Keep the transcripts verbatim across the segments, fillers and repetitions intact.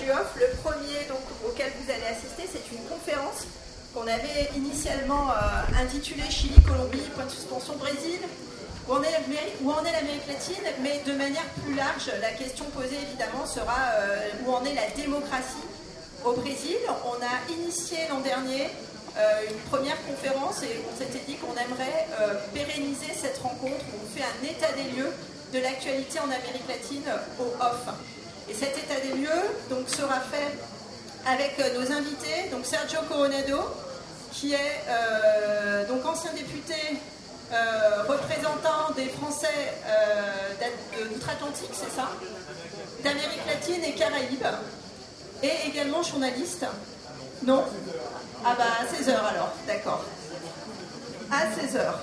Off. Le premier donc, auquel vous allez assister, c'est une conférence qu'on avait initialement euh, intitulée Chili, Colombie, point de suspension, Brésil, où en est, où en est l'Amérique latine, mais de manière plus large, la question posée évidemment sera euh, où en est la démocratie au Brésil. On a initié l'an dernier euh, une première conférence et on s'était dit qu'on aimerait euh, pérenniser cette rencontre où on fait un état des lieux de l'actualité en Amérique latine au off. Et cet état des lieux donc, sera fait avec euh, nos invités, donc Sergio Coronado, qui est euh, donc ancien député euh, représentant des Français euh, d'outre-Atlantique, c'est ça, d'Amérique latine et Caraïbes, et également journaliste. Non? Ah bah à seize heures alors, d'accord. À seize heures.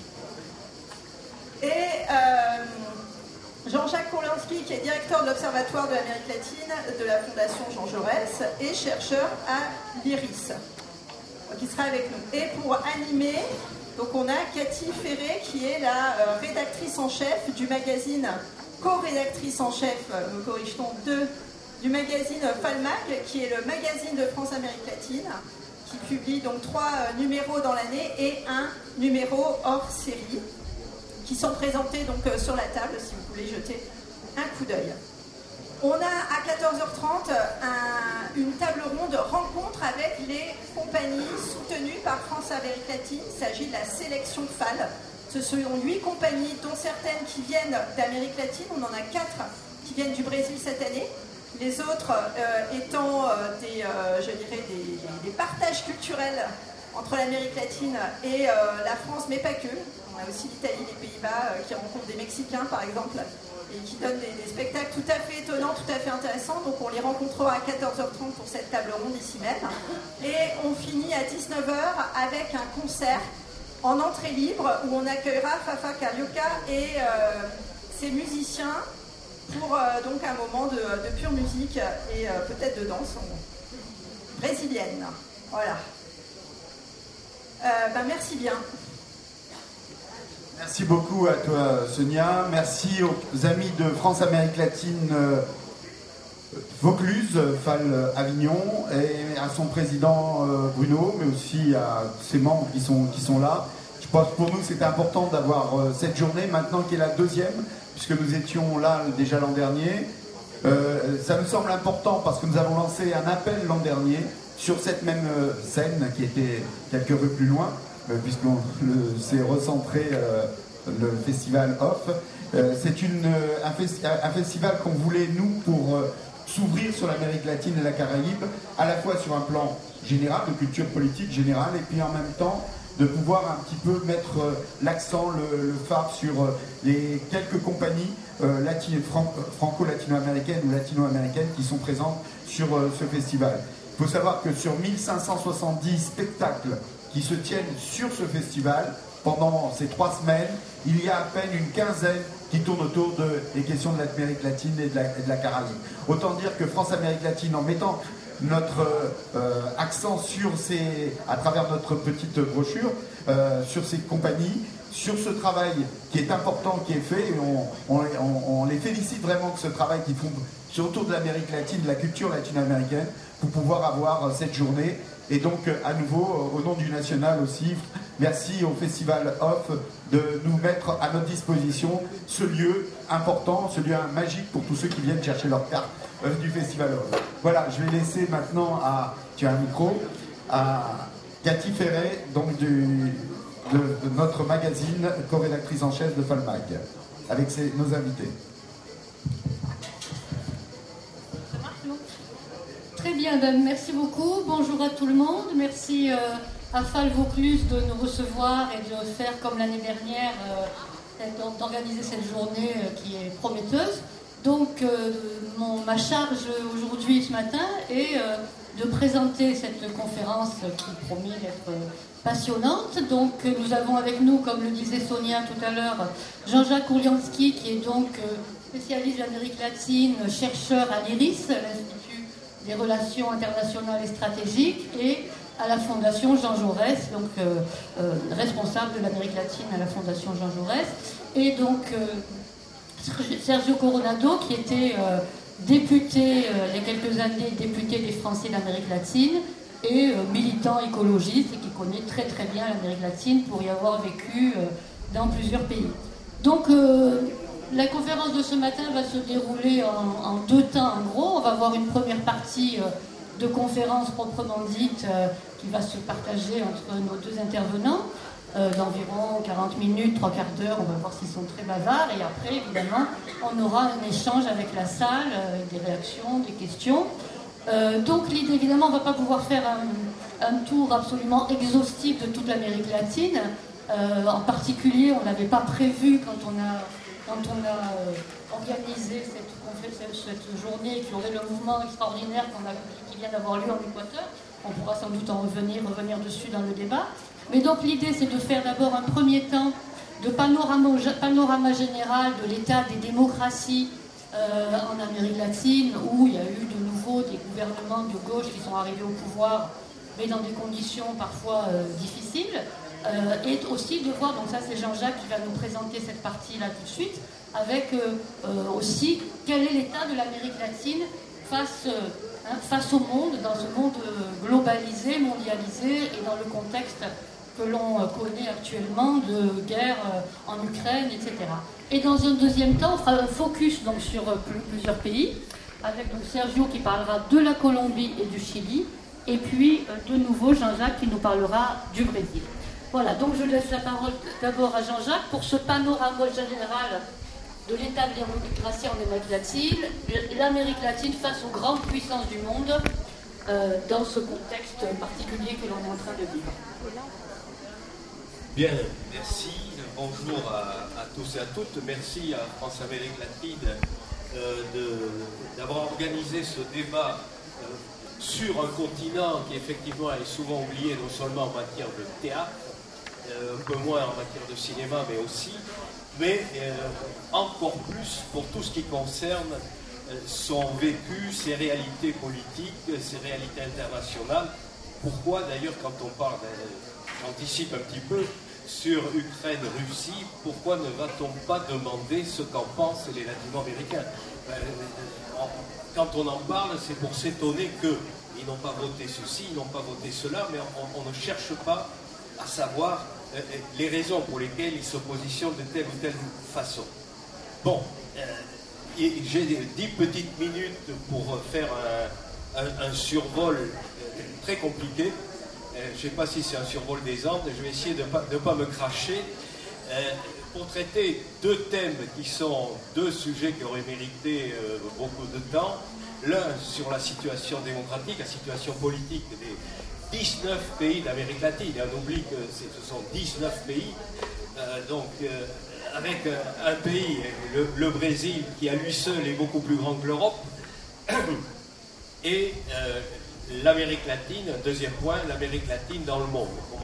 Et euh, Jean-Jacques Kurlansky, qui est directeur de l'Observatoire de l'Amérique latine de la Fondation Jean Jaurès et chercheur à l'I R I S, qui sera avec nous. Et pour animer, donc on a Cathy Ferré, qui est la euh, rédactrice en chef du magazine, co-rédactrice en chef, me corrige-t-on, de, du magazine Falmag, qui est le magazine de France Amérique latine, qui publie donc trois euh, numéros dans l'année et un numéro hors série, qui sont présentés donc euh, sur la table, si vous voulez jeter un coup d'œil. On a à quatorze heures trente un, une table ronde rencontre avec les compagnies soutenues par France Amérique latine. Il s'agit de la sélection F A L. Ce sont huit compagnies, dont certaines qui viennent d'Amérique latine. On en a quatre qui viennent du Brésil cette année. Les autres euh, étant euh, des, euh, je dirais des, des partages culturels entre l'Amérique latine et euh, la France, mais pas que. On a aussi l'Italie, les Pays-Bas euh, qui rencontrent des Mexicains, par exemple, et qui donnent des, des spectacles tout à fait étonnants, tout à fait intéressants. Donc on les rencontrera à quatorze heures trente pour cette table ronde ici même. Et on finit à dix-neuf heures avec un concert en entrée libre où on accueillera Fafa Carioca et euh, ses musiciens pour euh, donc un moment de, de pure musique et euh, peut-être de danse brésilienne. Voilà. Euh, ben merci bien. Merci beaucoup à toi, Sonia. Merci aux amis de France Amérique latine euh, Vaucluse, F A L Avignon, et à son président euh, Bruno, mais aussi à ses membres qui sont, qui sont là. Je pense que pour nous, c'était important d'avoir euh, cette journée, maintenant qui est la deuxième, puisque nous étions là déjà l'an dernier. Euh, ça me semble important parce que nous avons lancé un appel l'an dernier sur cette même euh, scène qui était quelques rues plus loin, euh, puisqu'on s'est recentré euh, le festival Off. Euh, c'est une, un, festi un festival qu'on voulait, nous, pour euh, s'ouvrir sur l'Amérique latine et la Caraïbe, à la fois sur un plan général, de culture politique générale, et puis en même temps de pouvoir un petit peu mettre euh, l'accent, le, le phare sur euh, les quelques compagnies euh, fran franco-latino-américaines ou latino-américaines qui sont présentes sur euh, ce festival. Il faut savoir que sur mille cinq cent soixante-dix spectacles qui se tiennent sur ce festival, pendant ces trois semaines, il y a à peine une quinzaine qui tournent autour de, des questions de l'Amérique latine et de, la, et de la Caraïbe. Autant dire que France Amérique latine, en mettant notre euh, accent sur ces, à travers notre petite brochure, euh, sur ces compagnies, sur ce travail qui est important, qui est fait, et on, on, on, on les félicite vraiment de ce travail qu'ils font autour de l'Amérique latine, de la culture latino-américaine, pour pouvoir avoir cette journée. Et donc, à nouveau, au nom du National aussi, merci au Festival Off de nous mettre à notre disposition ce lieu important, ce lieu magique pour tous ceux qui viennent chercher leur carte euh, du Festival Off. Voilà, je vais laisser maintenant à, tu as un micro, à Cathy Ferré, donc du, de, de notre magazine, co-rédactrice en chef de Falmag, avec ses, nos invités. Très bien, ben, merci beaucoup. Bonjour à tout le monde. Merci euh, à F A L Vaucluse de nous recevoir et de faire comme l'année dernière, euh, d'organiser cette journée euh, qui est prometteuse. Donc, euh, mon, ma charge aujourd'hui, ce matin, est euh, de présenter cette conférence qui promet d'être passionnante. Donc, nous avons avec nous, comme le disait Sonia tout à l'heure, Jean-Jacques Kurlansky, qui est donc euh, spécialiste d'Amérique latine, chercheur à l'I R I S, l'Institut des relations internationales et stratégiques, et à la Fondation Jean Jaurès, donc euh, euh, responsable de l'Amérique latine à la Fondation Jean Jaurès, et donc euh, Sergio Coronado, qui était euh, député, euh, il y a quelques années, député des Français d'Amérique latine et euh, militant écologiste et qui connaît très très bien l'Amérique latine pour y avoir vécu euh, dans plusieurs pays. Donc euh, la conférence de ce matin va se dérouler en, en deux temps en gros. On va avoir une première partie euh, de conférence proprement dite euh, qui va se partager entre nos deux intervenants euh, d'environ quarante minutes, trois quarts d'heure. On va voir s'ils sont très bavards et après évidemment on aura un échange avec la salle, euh, avec des réactions, des questions. Euh, donc l'idée évidemment on ne va pas pouvoir faire un, un tour absolument exhaustif de toute l'Amérique latine. Euh, en particulier on n'avait pas prévu quand on a quand on a euh, organisé cette, cette, cette journée qui aurait le mouvement extraordinaire qu'on a, qui vient d'avoir lieu en Équateur. On pourra sans doute en revenir, revenir dessus dans le débat. Mais donc l'idée c'est de faire d'abord un premier temps de panorama, panorama général de l'état des démocraties euh, en Amérique latine, où il y a eu de nouveau des gouvernements de gauche qui sont arrivés au pouvoir, mais dans des conditions parfois euh, difficiles. Euh, et aussi de voir, donc ça c'est Jean-Jacques qui va nous présenter cette partie-là tout de suite, avec euh, euh, aussi quel est l'état de l'Amérique latine face, euh, hein, face au monde, dans ce monde euh, globalisé, mondialisé, et dans le contexte que l'on euh, connaît actuellement de guerre euh, en Ukraine, et cetera. Et dans un deuxième temps, on fera un focus donc, sur euh, plusieurs pays, avec donc, Sergio qui parlera de la Colombie et du Chili, et puis euh, de nouveau Jean-Jacques qui nous parlera du Brésil. Voilà, donc je laisse la parole d'abord à Jean-Jacques pour ce panorama général de l'état de démocratie en Amérique latine, l'Amérique latine face aux grandes puissances du monde euh, dans ce contexte particulier que l'on est en train de vivre. Bien, merci. Bonjour à, à tous et à toutes. Merci à France Amérique Latine euh, d'avoir organisé ce débat euh, sur un continent qui effectivement est souvent oublié non seulement en matière de théâtre, Euh, un peu moins en matière de cinéma, mais aussi, mais euh, encore plus pour tout ce qui concerne euh, son vécu, ses réalités politiques, ses réalités internationales. Pourquoi d'ailleurs quand on parle, euh, j'anticipe un petit peu, sur Ukraine-Russie, pourquoi ne va-t-on pas demander ce qu'en pensent les latino-américains? euh, Quand on en parle, c'est pour s'étonner qu'ils n'ont pas voté ceci, ils n'ont pas voté cela, mais on, on ne cherche pas à savoir euh, les raisons pour lesquelles ils se positionnent de telle ou telle façon. Bon, euh, j'ai dix petites minutes pour faire un, un, un survol euh, très compliqué. Euh, je ne sais pas si c'est un survol des Andes, je vais essayer de ne pas, de pas me cracher. Euh, pour traiter deux thèmes qui sont deux sujets qui auraient mérité euh, beaucoup de temps. L'un sur la situation démocratique, la situation politique des dix-neuf pays d'Amérique latine. Et on oublie que ce sont dix-neuf pays. Euh, donc, euh, avec euh, un pays, le, le Brésil, qui à lui seul est beaucoup plus grand que l'Europe, et euh, l'Amérique latine, deuxième point, l'Amérique latine dans le monde.